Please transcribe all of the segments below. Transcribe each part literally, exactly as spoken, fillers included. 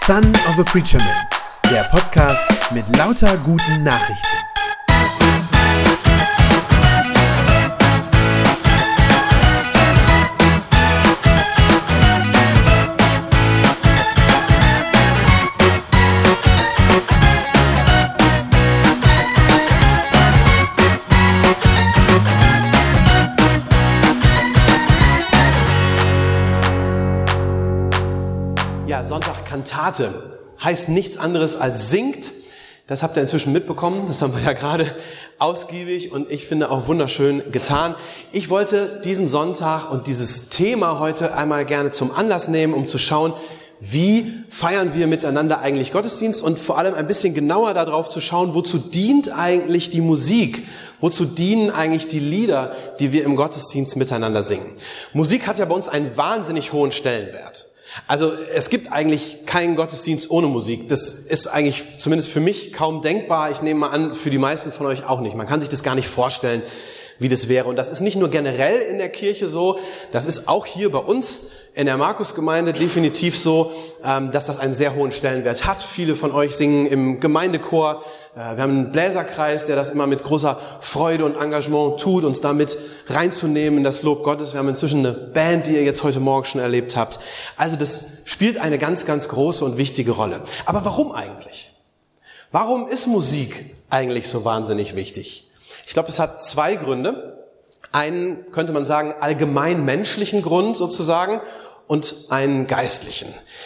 Son of a Preacher Man, der Podcast mit lauter guten Nachrichten. Ja, Sonntag Kantate heißt nichts anderes als singt. Das habt ihr inzwischen mitbekommen. Das haben wir ja gerade ausgiebig und ich finde auch wunderschön getan. Ich wollte diesen Sonntag und dieses Thema heute einmal gerne zum Anlass nehmen, um zu schauen, wie feiern wir miteinander eigentlich Gottesdienst und vor allem ein bisschen genauer darauf zu schauen, wozu dient eigentlich die Musik? Wozu dienen eigentlich die Lieder, die wir im Gottesdienst miteinander singen? Musik hat ja bei uns einen wahnsinnig hohen Stellenwert. Also es gibt eigentlich keinen Gottesdienst ohne Musik. Das ist eigentlich zumindest für mich kaum denkbar. Ich nehme mal an, für die meisten von euch auch nicht. Man kann sich das gar nicht vorstellen, wie das wäre. Und das ist nicht nur generell in der Kirche so, das ist auch hier bei uns in der Markusgemeinde definitiv so, dass das einen sehr hohen Stellenwert hat. Viele von euch singen im Gemeindechor. Wir haben einen Bläserkreis, der das immer mit großer Freude und Engagement tut, uns damit reinzunehmen in das Lob Gottes. Wir haben inzwischen eine Band, die ihr jetzt heute Morgen schon erlebt habt. Also das spielt eine ganz, ganz große und wichtige Rolle. Aber warum eigentlich? Warum ist Musik eigentlich so wahnsinnig wichtig? Ich glaube, es hat zwei Gründe. Einen, könnte man sagen, allgemein menschlichen Grund sozusagen und einen geistlichen.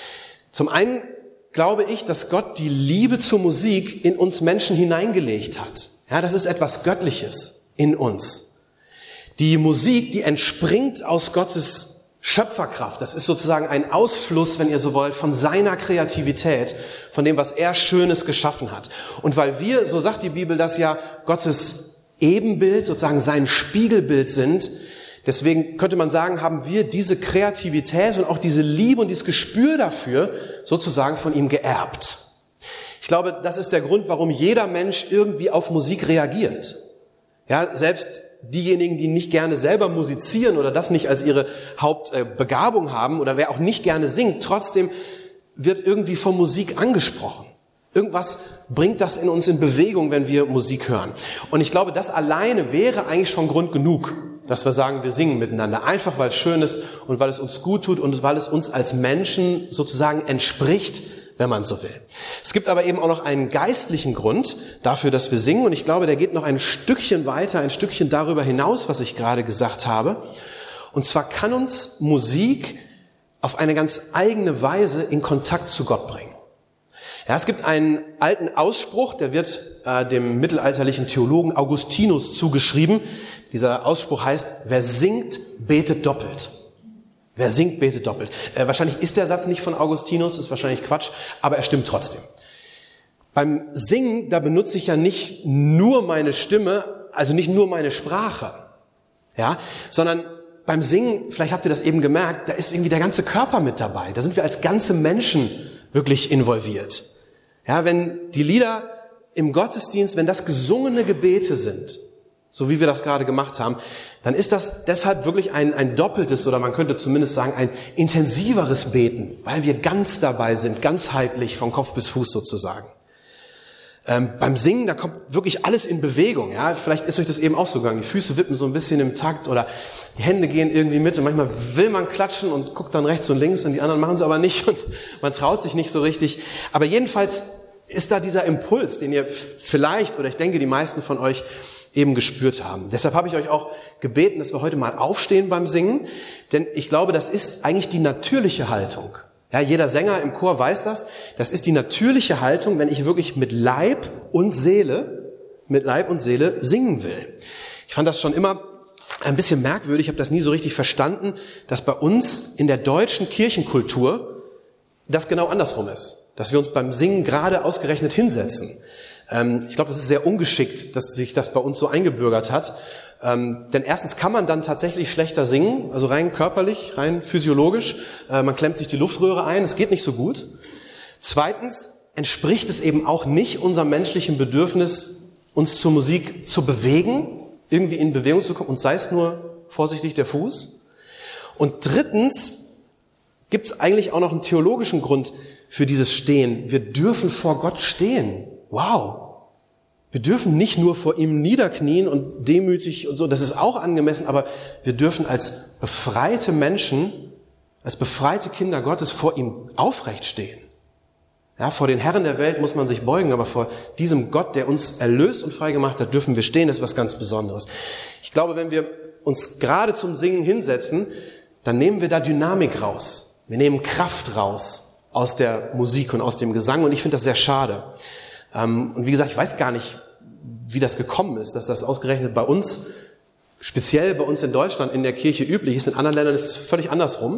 Zum einen glaube ich, dass Gott die Liebe zur Musik in uns Menschen hineingelegt hat. Ja, das ist etwas Göttliches in uns. Die Musik, die entspringt aus Gottes Schöpferkraft. Das ist sozusagen ein Ausfluss, wenn ihr so wollt, von seiner Kreativität, von dem, was er Schönes geschaffen hat. Und weil wir, so sagt die Bibel, das ja Gottes Ebenbild, sozusagen sein Spiegelbild sind, deswegen könnte man sagen, haben wir diese Kreativität und auch diese Liebe und dieses Gespür dafür sozusagen von ihm geerbt. Ich glaube, das ist der Grund, warum jeder Mensch irgendwie auf Musik reagiert. Ja, selbst diejenigen, die nicht gerne selber musizieren oder das nicht als ihre Hauptbegabung haben oder wer auch nicht gerne singt, trotzdem wird irgendwie von Musik angesprochen. Irgendwas bringt das in uns in Bewegung, wenn wir Musik hören. Und ich glaube, das alleine wäre eigentlich schon Grund genug, dass wir sagen, wir singen miteinander. Einfach, weil es schön ist und weil es uns gut tut und weil es uns als Menschen sozusagen entspricht, wenn man so will. Es gibt aber eben auch noch einen geistlichen Grund dafür, dass wir singen. Und ich glaube, der geht noch ein Stückchen weiter, ein Stückchen darüber hinaus, was ich gerade gesagt habe. Und zwar kann uns Musik auf eine ganz eigene Weise in Kontakt zu Gott bringen. Ja, es gibt einen alten Ausspruch, der wird äh, dem mittelalterlichen Theologen Augustinus zugeschrieben. Dieser Ausspruch heißt, wer singt, betet doppelt. Wer singt, betet doppelt. Äh, wahrscheinlich ist der Satz nicht von Augustinus, ist wahrscheinlich Quatsch, aber er stimmt trotzdem. Beim Singen, da benutze ich ja nicht nur meine Stimme, also nicht nur meine Sprache, ja, sondern beim Singen, vielleicht habt ihr das eben gemerkt, da ist irgendwie der ganze Körper mit dabei. Da sind wir als ganze Menschen wirklich involviert. Ja, wenn die Lieder im Gottesdienst, wenn das gesungene Gebete sind, so wie wir das gerade gemacht haben, dann ist das deshalb wirklich ein, ein doppeltes oder man könnte zumindest sagen ein intensiveres Beten, weil wir ganz dabei sind, ganzheitlich von Kopf bis Fuß sozusagen. Ähm, beim Singen, da kommt wirklich alles in Bewegung. Ja, vielleicht ist euch das eben auch so gegangen. Die Füße wippen so ein bisschen im Takt oder die Hände gehen irgendwie mit und manchmal will man klatschen und guckt dann rechts und links und die anderen machen es aber nicht und man traut sich nicht so richtig. Aber jedenfalls ist da dieser Impuls, den ihr vielleicht oder ich denke die meisten von euch eben gespürt haben. Deshalb habe ich euch auch gebeten, dass wir heute mal aufstehen beim Singen, denn ich glaube, das ist eigentlich die natürliche Haltung. Ja, jeder Sänger im Chor weiß das. Das ist die natürliche Haltung, wenn ich wirklich mit Leib und Seele, mit Leib und Seele singen will. Ich fand das schon immer ein bisschen merkwürdig, ich habe das nie so richtig verstanden, dass bei uns in der deutschen Kirchenkultur das genau andersrum ist. Dass wir uns beim Singen gerade ausgerechnet hinsetzen. Ähm, ich glaube, das ist sehr ungeschickt, dass sich das bei uns so eingebürgert hat. Ähm, denn erstens kann man dann tatsächlich schlechter singen, also rein körperlich, rein physiologisch. Äh, man klemmt sich die Luftröhre ein, es geht nicht so gut. Zweitens entspricht es eben auch nicht unserem menschlichen Bedürfnis, uns zur Musik zu bewegen, irgendwie in Bewegung zu kommen, und sei es nur vorsichtig der Fuß. Und drittens gibt es eigentlich auch noch einen theologischen Grund für dieses Stehen. Wir dürfen vor Gott stehen. Wow. Wir dürfen nicht nur vor ihm niederknien und demütig und so, das ist auch angemessen, aber wir dürfen als befreite Menschen, als befreite Kinder Gottes vor ihm aufrecht stehen. Ja, vor den Herren der Welt muss man sich beugen, aber vor diesem Gott, der uns erlöst und frei gemacht hat, dürfen wir stehen. Das ist was ganz Besonderes. Ich glaube, wenn wir uns gerade zum Singen hinsetzen, dann nehmen wir da Dynamik raus. Wir nehmen Kraft raus aus der Musik und aus dem Gesang und ich finde das sehr schade. Und wie gesagt, ich weiß gar nicht, wie das gekommen ist, dass das ausgerechnet bei uns, speziell bei uns in Deutschland in der Kirche üblich ist. In anderen Ländern ist es völlig andersrum.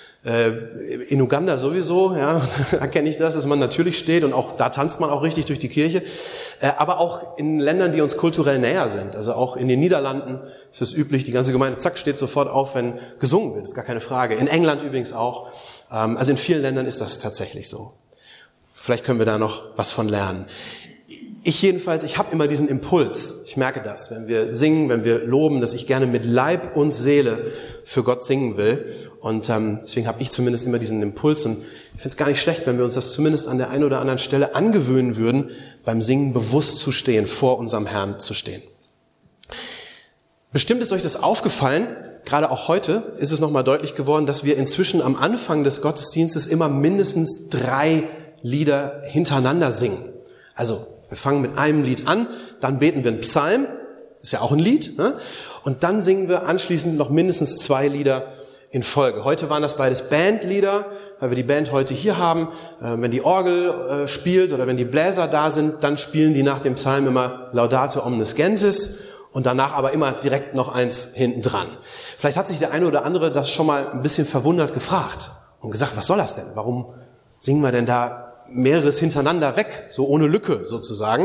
In Uganda sowieso, ja, da kenne ich das, dass man natürlich steht und auch da tanzt man auch richtig durch die Kirche. Aber auch in Ländern, die uns kulturell näher sind, also auch in den Niederlanden ist es üblich, die ganze Gemeinde, zack, steht sofort auf, wenn gesungen wird, ist gar keine Frage. In England übrigens auch. Also in vielen Ländern ist das tatsächlich so. Vielleicht können wir da noch was von lernen. Ich jedenfalls, ich habe immer diesen Impuls. Ich merke das, wenn wir singen, wenn wir loben, dass ich gerne mit Leib und Seele für Gott singen will. Und ähm, deswegen habe ich zumindest immer diesen Impuls. Und ich finde es gar nicht schlecht, wenn wir uns das zumindest an der einen oder anderen Stelle angewöhnen würden, beim Singen bewusst zu stehen, vor unserem Herrn zu stehen. Bestimmt ist euch das aufgefallen, gerade auch heute ist es nochmal deutlich geworden, dass wir inzwischen am Anfang des Gottesdienstes immer mindestens drei Lieder hintereinander singen. Also wir fangen mit einem Lied an, dann beten wir einen Psalm, ist ja auch ein Lied, ne? Und dann singen wir anschließend noch mindestens zwei Lieder in Folge. Heute waren das beides Bandlieder, weil wir die Band heute hier haben. Äh, wenn die Orgel äh, spielt oder wenn die Bläser da sind, dann spielen die nach dem Psalm immer Laudate omnes Gentes und danach aber immer direkt noch eins hinten dran. Vielleicht hat sich der eine oder andere das schon mal ein bisschen verwundert gefragt und gesagt, was soll das denn? Warum singen wir denn da mehreres hintereinander weg, so ohne Lücke sozusagen?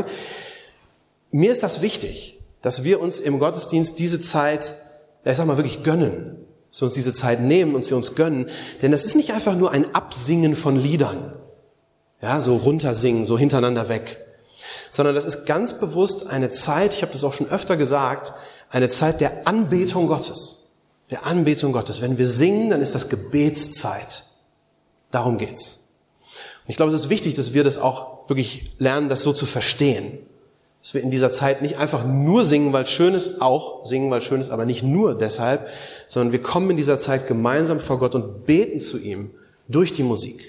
Mir ist das wichtig, dass wir uns im Gottesdienst diese Zeit, ja, ich sag mal, wirklich gönnen. Dass wir uns diese Zeit nehmen und sie uns gönnen. Denn das ist nicht einfach nur ein Absingen von Liedern. Ja, so runtersingen, so hintereinander weg. Sondern das ist ganz bewusst eine Zeit, ich habe das auch schon öfter gesagt, eine Zeit der Anbetung Gottes. Der Anbetung Gottes. Wenn wir singen, dann ist das Gebetszeit. Darum geht's. Und ich glaube, es ist wichtig, dass wir das auch wirklich lernen, das so zu verstehen. Dass wir in dieser Zeit nicht einfach nur singen, weil es schön ist, auch singen, weil es schön ist, aber nicht nur deshalb, sondern wir kommen in dieser Zeit gemeinsam vor Gott und beten zu ihm durch die Musik.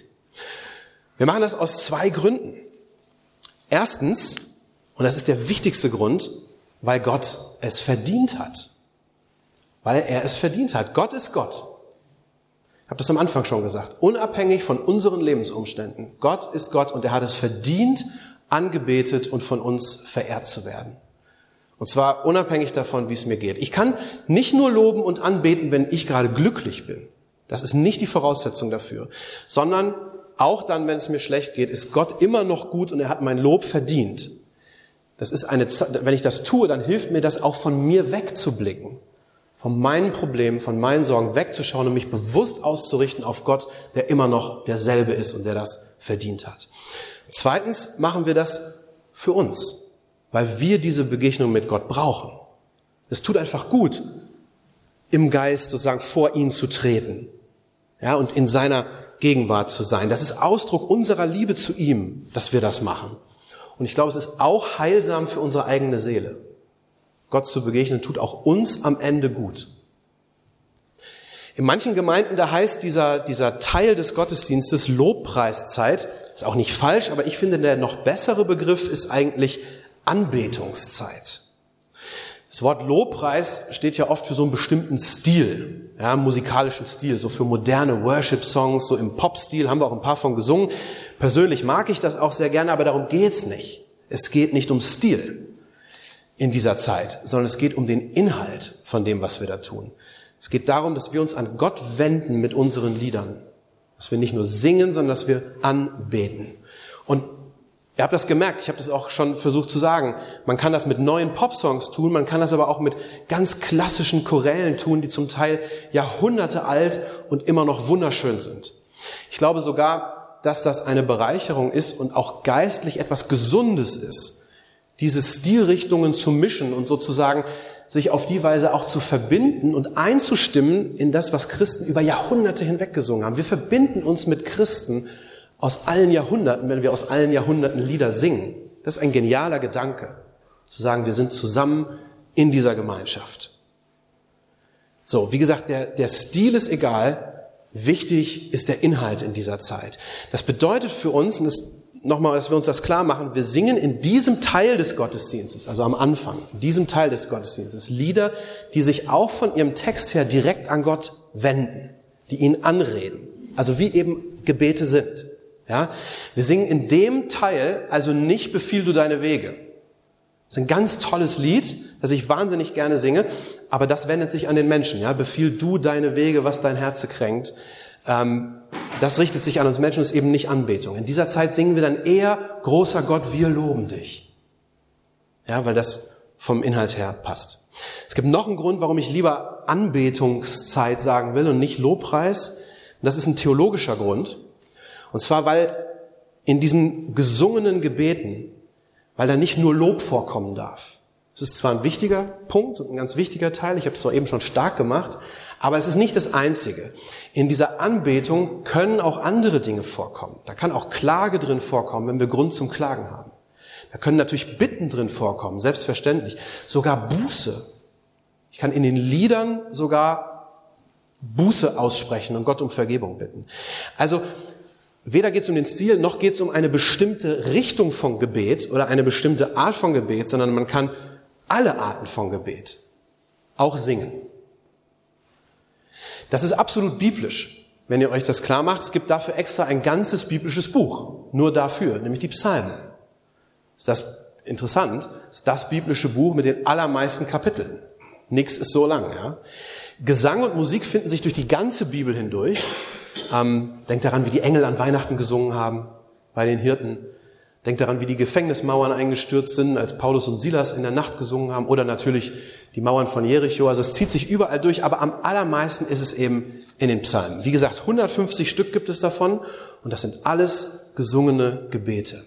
Wir machen das aus zwei Gründen. Erstens, und das ist der wichtigste Grund, weil Gott es verdient hat. Weil er es verdient hat. Gott ist Gott. Ich habe das am Anfang schon gesagt. Unabhängig von unseren Lebensumständen. Gott ist Gott und er hat es verdient, angebetet und von uns verehrt zu werden. Und zwar unabhängig davon, wie es mir geht. Ich kann nicht nur loben und anbeten, wenn ich gerade glücklich bin. Das ist nicht die Voraussetzung dafür. Sondern auch dann, wenn es mir schlecht geht, ist Gott immer noch gut und er hat mein Lob verdient. Das ist eine, wenn ich das tue, dann hilft mir das auch von mir wegzublicken. Von meinen Problemen, von meinen Sorgen wegzuschauen und mich bewusst auszurichten auf Gott, der immer noch derselbe ist und der das verdient hat. Zweitens machen wir das für uns, weil wir diese Begegnung mit Gott brauchen. Es tut einfach gut, im Geist sozusagen vor ihn zu treten, ja, und in seiner Gegenwart zu sein. Das ist Ausdruck unserer Liebe zu ihm, dass wir das machen. Und ich glaube, es ist auch heilsam für unsere eigene Seele. Gott zu begegnen, tut auch uns am Ende gut. In manchen Gemeinden, da heißt dieser, dieser Teil des Gottesdienstes Lobpreiszeit. Ist auch nicht falsch, aber ich finde, der noch bessere Begriff ist eigentlich Anbetungszeit. Das Wort Lobpreis steht ja oft für so einen bestimmten Stil, ja, musikalischen Stil, so für moderne Worship-Songs, so im Pop-Stil, haben wir auch ein paar von gesungen. Persönlich mag ich das auch sehr gerne, aber darum geht's nicht. Es geht nicht um Stil in dieser Zeit, sondern es geht um den Inhalt von dem, was wir da tun. Es geht darum, dass wir uns an Gott wenden mit unseren Liedern. Dass wir nicht nur singen, sondern dass wir anbeten. Und ihr habt das gemerkt, ich habe das auch schon versucht zu sagen, man kann das mit neuen Popsongs tun, man kann das aber auch mit ganz klassischen Chorälen tun, die zum Teil Jahrhunderte alt und immer noch wunderschön sind. Ich glaube sogar, dass das eine Bereicherung ist und auch geistlich etwas Gesundes ist, diese Stilrichtungen zu mischen und sozusagen sich auf die Weise auch zu verbinden und einzustimmen in das, was Christen über Jahrhunderte hinweg gesungen haben. Wir verbinden uns mit Christen aus allen Jahrhunderten, wenn wir aus allen Jahrhunderten Lieder singen. Das ist ein genialer Gedanke, zu sagen, wir sind zusammen in dieser Gemeinschaft. So, wie gesagt, der, der Stil ist egal, wichtig ist der Inhalt in dieser Zeit. Das bedeutet für uns, und das, nochmal, dass wir uns das klar machen, wir singen in diesem Teil des Gottesdienstes, also am Anfang, in diesem Teil des Gottesdienstes, Lieder, die sich auch von ihrem Text her direkt an Gott wenden, die ihn anreden, also wie eben Gebete sind. Ja? Wir singen in dem Teil also nicht Befiehl du deine Wege. Das ist ein ganz tolles Lied, das ich wahnsinnig gerne singe, aber das wendet sich an den Menschen. Ja? Befiehl du deine Wege, was dein Herz kränkt. Ähm, das richtet sich an uns Menschen, ist eben nicht Anbetung. In dieser Zeit singen wir dann eher, großer Gott, wir loben dich. Ja, weil das vom Inhalt her passt. Es gibt noch einen Grund, warum ich lieber Anbetungszeit sagen will und nicht Lobpreis. Das ist ein theologischer Grund. Und zwar, weil in diesen gesungenen Gebeten, weil da nicht nur Lob vorkommen darf. Das ist zwar ein wichtiger Punkt und ein ganz wichtiger Teil, ich habe es zwar eben schon stark gemacht, aber es ist nicht das Einzige. In dieser Anbetung können auch andere Dinge vorkommen. Da kann auch Klage drin vorkommen, wenn wir Grund zum Klagen haben. Da können natürlich Bitten drin vorkommen, selbstverständlich. Sogar Buße. Ich kann in den Liedern sogar Buße aussprechen und Gott um Vergebung bitten. Also weder geht es um den Stil, noch geht es um eine bestimmte Richtung von Gebet oder eine bestimmte Art von Gebet, sondern man kann alle Arten von Gebet auch singen. Das ist absolut biblisch, wenn ihr euch das klar macht. Es gibt dafür extra ein ganzes biblisches Buch, nur dafür, nämlich die Psalmen. Ist das interessant? Das ist das biblische Buch mit den allermeisten Kapiteln. Nix ist so lang, ja. Gesang und Musik finden sich durch die ganze Bibel hindurch. Ähm, denkt daran, wie die Engel an Weihnachten gesungen haben bei den Hirten. Denkt daran, wie die Gefängnismauern eingestürzt sind, als Paulus und Silas in der Nacht gesungen haben. Oder natürlich die Mauern von Jericho. Also es zieht sich überall durch, aber am allermeisten ist es eben in den Psalmen. Wie gesagt, hundertfünfzig Stück gibt es davon und das sind alles gesungene Gebete.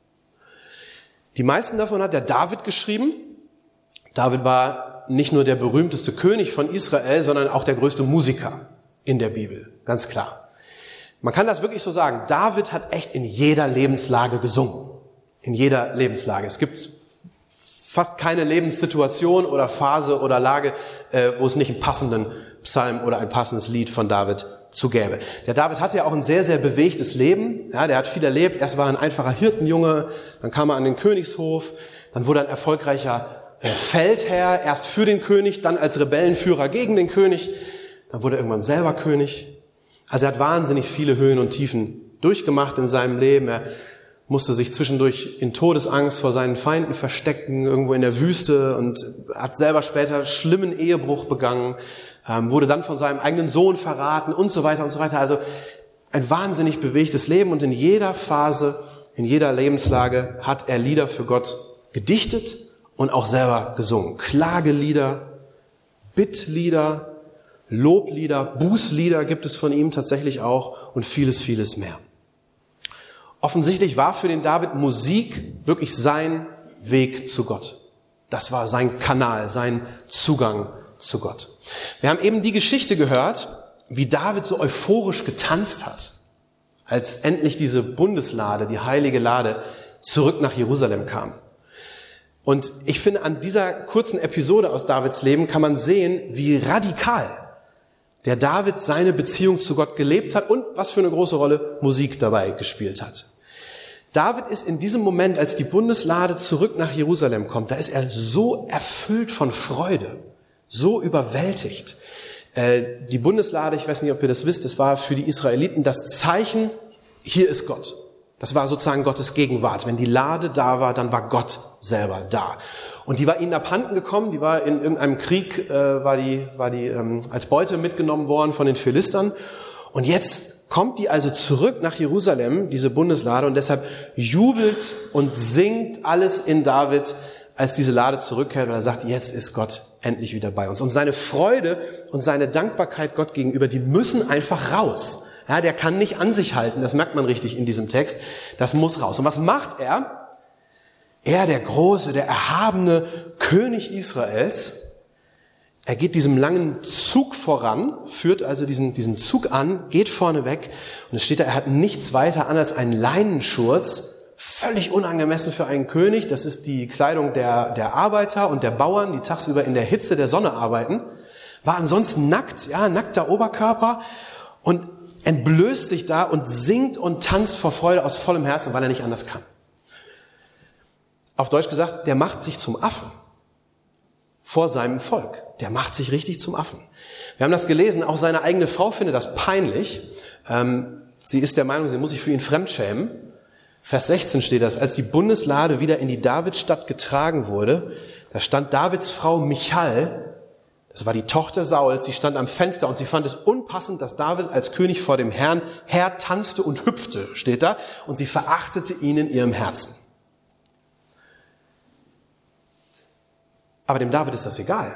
Die meisten davon hat der David geschrieben. David war nicht nur der berühmteste König von Israel, sondern auch der größte Musiker in der Bibel, ganz klar. Man kann das wirklich so sagen, David hat echt in jeder Lebenslage gesungen. In jeder Lebenslage. Es gibt fast keine Lebenssituation oder Phase oder Lage, äh, wo es nicht einen passenden Psalm oder ein passendes Lied von David zu gäbe. Der David hatte ja auch ein sehr, sehr bewegtes Leben. Ja, der hat viel erlebt. Erst war er ein einfacher Hirtenjunge, dann kam er an den Königshof, dann wurde er ein erfolgreicher äh, Feldherr, erst für den König, dann als Rebellenführer gegen den König. Dann wurde er irgendwann selber König. Also er hat wahnsinnig viele Höhen und Tiefen durchgemacht in seinem Leben. Er musste sich zwischendurch in Todesangst vor seinen Feinden verstecken, irgendwo in der Wüste, und hat selber später schlimmen Ehebruch begangen, ähm, wurde dann von seinem eigenen Sohn verraten und so weiter und so weiter. Also ein wahnsinnig bewegtes Leben, und in jeder Phase, in jeder Lebenslage hat er Lieder für Gott gedichtet und auch selber gesungen. Klagelieder, Bittlieder, Loblieder, Bußlieder gibt es von ihm tatsächlich auch und vieles, vieles mehr. Offensichtlich war für den David Musik wirklich sein Weg zu Gott. Das war sein Kanal, sein Zugang zu Gott. Wir haben eben die Geschichte gehört, wie David so euphorisch getanzt hat, als endlich diese Bundeslade, die heilige Lade, zurück nach Jerusalem kam. Und ich finde, an dieser kurzen Episode aus Davids Leben kann man sehen, wie radikal der David seine Beziehung zu Gott gelebt hat und was für eine große Rolle Musik dabei gespielt hat. David ist in diesem Moment, als die Bundeslade zurück nach Jerusalem kommt, da ist er so erfüllt von Freude, so überwältigt. Äh, die Bundeslade, ich weiß nicht, ob ihr das wisst, das war für die Israeliten das Zeichen, hier ist Gott. Das war sozusagen Gottes Gegenwart. Wenn die Lade da war, dann war Gott selber da. Und die war ihnen abhanden gekommen, die war in irgendeinem Krieg, äh, war die, war die ähm, als Beute mitgenommen worden von den Philistern. Und jetzt kommt die also zurück nach Jerusalem, diese Bundeslade, und deshalb jubelt und singt alles in David, als diese Lade zurückkehrt, weil er sagt, jetzt ist Gott endlich wieder bei uns. Und seine Freude und seine Dankbarkeit Gott gegenüber, die müssen einfach raus. Ja, der kann nicht an sich halten, das merkt man richtig in diesem Text, das muss raus. Und was macht er? Er, der große, der erhabene König Israels, Er geht diesem langen Zug voran, führt also diesen, diesen Zug an, geht vorne weg und es steht da, er hat nichts weiter an als einen Leinenschurz, völlig unangemessen für einen König. Das ist die Kleidung der, der Arbeiter und der Bauern, die tagsüber in der Hitze der Sonne arbeiten. War ansonsten nackt, ja, nackter Oberkörper und entblößt sich da und singt und tanzt vor Freude aus vollem Herzen, weil er nicht anders kann. Auf Deutsch gesagt, der macht sich zum Affen vor seinem Volk. Der macht sich richtig zum Affen. Wir haben das gelesen, auch seine eigene Frau findet das peinlich. Ähm, sie ist der Meinung, sie muss sich für ihn fremdschämen. Vers sechzehn steht das, als die Bundeslade wieder in die Davidstadt getragen wurde, da stand Davids Frau Michal, das war die Tochter Sauls, sie stand am Fenster und sie fand es unpassend, dass David als König vor dem Herrn her tanzte und hüpfte, steht da, und sie verachtete ihn in ihrem Herzen. Aber dem David ist das egal.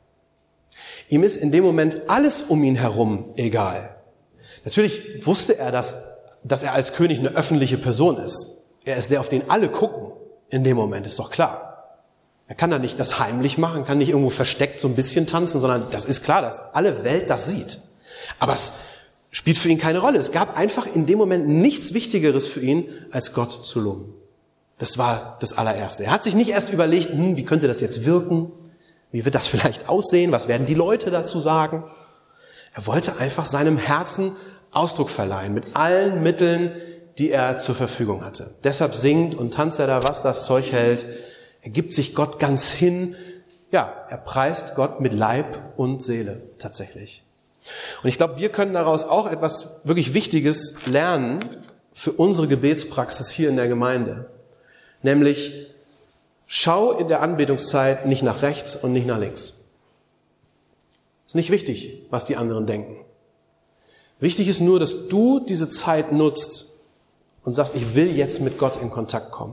Ihm ist in dem Moment alles um ihn herum egal. Natürlich wusste er, dass, dass er als König eine öffentliche Person ist. Er ist der, auf den alle gucken in dem Moment, ist doch klar. Er kann da nicht das heimlich machen, kann nicht irgendwo versteckt so ein bisschen tanzen, sondern das ist klar, dass alle Welt das sieht. Aber es spielt für ihn keine Rolle. Es gab einfach in dem Moment nichts Wichtigeres für ihn, als Gott zu loben. Das war das allererste. Er hat sich nicht erst überlegt, hm, wie könnte das jetzt wirken? Wie wird das vielleicht aussehen? Was werden die Leute dazu sagen? Er wollte einfach seinem Herzen Ausdruck verleihen, mit allen Mitteln, die er zur Verfügung hatte. Deshalb singt und tanzt er da, was das Zeug hält. Er gibt sich Gott ganz hin. Ja, er preist Gott mit Leib und Seele tatsächlich. Und ich glaube, wir können daraus auch etwas wirklich Wichtiges lernen für unsere Gebetspraxis hier in der Gemeinde. Nämlich, schau in der Anbetungszeit nicht nach rechts und nicht nach links. Ist nicht wichtig, was die anderen denken. Wichtig ist nur, dass du diese Zeit nutzt und sagst, ich will jetzt mit Gott in Kontakt kommen.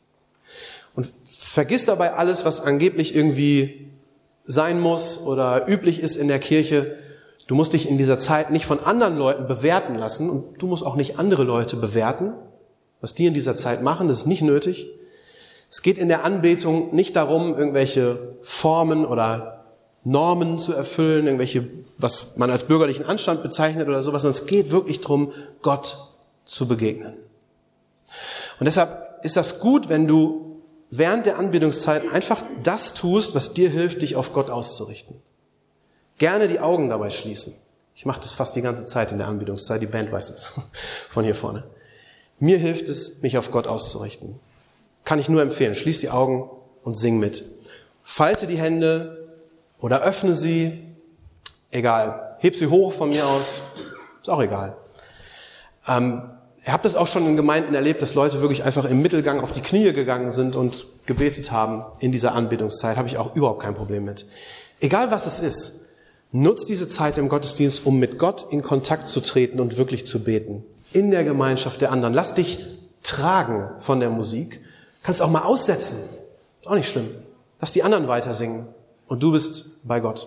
Und vergiss dabei alles, was angeblich irgendwie sein muss oder üblich ist in der Kirche. Du musst dich in dieser Zeit nicht von anderen Leuten bewerten lassen und du musst auch nicht andere Leute bewerten, was die in dieser Zeit machen, das ist nicht nötig. Es geht in der Anbetung nicht darum, irgendwelche Formen oder Normen zu erfüllen, irgendwelche, was man als bürgerlichen Anstand bezeichnet oder sowas, sondern es geht wirklich darum, Gott zu begegnen. Und deshalb ist das gut, wenn du während der Anbetungszeit einfach das tust, was dir hilft, dich auf Gott auszurichten. Gerne die Augen dabei schließen. Ich mache das fast die ganze Zeit in der Anbetungszeit, die Band weiß es, von hier vorne. Mir hilft es, mich auf Gott auszurichten. Kann ich nur empfehlen. Schließ die Augen und sing mit. Falte die Hände oder öffne sie. Egal. Heb sie hoch von mir aus. Ist auch egal. Ähm, ihr habt das auch schon in Gemeinden erlebt, dass Leute wirklich einfach im Mittelgang auf die Knie gegangen sind und gebetet haben in dieser Anbetungszeit. Habe ich auch überhaupt kein Problem mit. Egal was es ist, nutzt diese Zeit im Gottesdienst, um mit Gott in Kontakt zu treten und wirklich zu beten. In der Gemeinschaft der anderen. Lass dich tragen von der Musik. Kannst auch mal aussetzen. Ist auch nicht schlimm. Lass die anderen weiter singen. Und du bist bei Gott.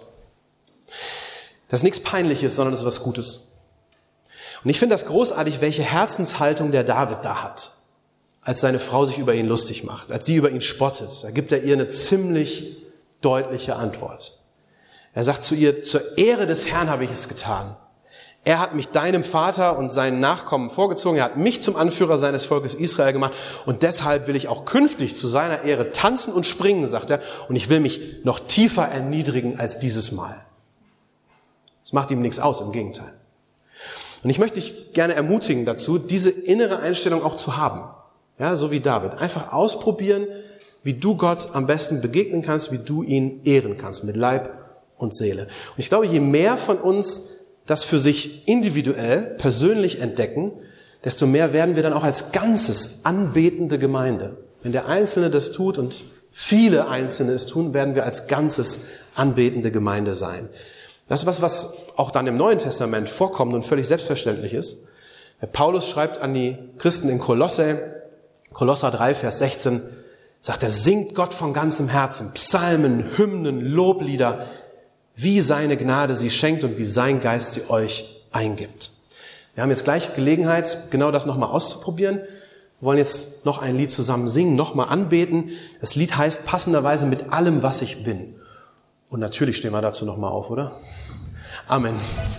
Das ist nichts Peinliches, sondern das ist was Gutes. Und ich finde das großartig, welche Herzenshaltung der David da hat, als seine Frau sich über ihn lustig macht, als sie über ihn spottet. Da gibt er ihr eine ziemlich deutliche Antwort. Er sagt zu ihr, zur Ehre des Herrn habe ich es getan. Er hat mich deinem Vater und seinen Nachkommen vorgezogen. Er hat mich zum Anführer seines Volkes Israel gemacht. Und deshalb will ich auch künftig zu seiner Ehre tanzen und springen, sagt er. Und ich will mich noch tiefer erniedrigen als dieses Mal. Das macht ihm nichts aus, im Gegenteil. Und ich möchte dich gerne ermutigen dazu, diese innere Einstellung auch zu haben. Ja, so wie David. Einfach ausprobieren, wie du Gott am besten begegnen kannst, wie du ihn ehren kannst, mit Leib und Seele. Und ich glaube, je mehr von uns das für sich individuell, persönlich entdecken, desto mehr werden wir dann auch als Ganzes anbetende Gemeinde. Wenn der Einzelne das tut und viele Einzelne es tun, werden wir als Ganzes anbetende Gemeinde sein. Das ist was, was auch dann im Neuen Testament vorkommt und völlig selbstverständlich ist. Paulus schreibt an die Christen in Kolosse, Kolosser drei, Vers sechzehn, sagt er, singt Gott von ganzem Herzen, Psalmen, Hymnen, Loblieder, wie seine Gnade sie schenkt und wie sein Geist sie euch eingibt. Wir haben jetzt gleich Gelegenheit, genau das nochmal auszuprobieren. Wir wollen jetzt noch ein Lied zusammen singen, nochmal anbeten. Das Lied heißt passenderweise mit allem, was ich bin. Und natürlich stehen wir dazu nochmal auf, oder? Amen.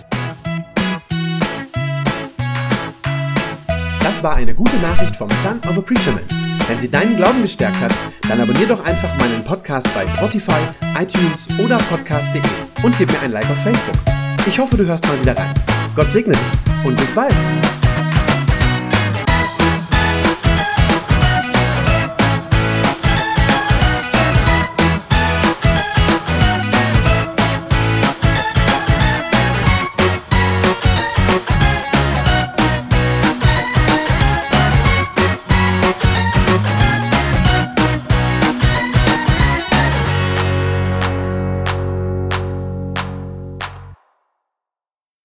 Das war eine gute Nachricht vom Son of a Preacher Man. Wenn sie deinen Glauben gestärkt hat, dann abonnier doch einfach meinen Podcast bei Spotify, iTunes oder podcast punkt de und gib mir ein Like auf Facebook. Ich hoffe, du hörst mal wieder rein. Gott segne dich und bis bald.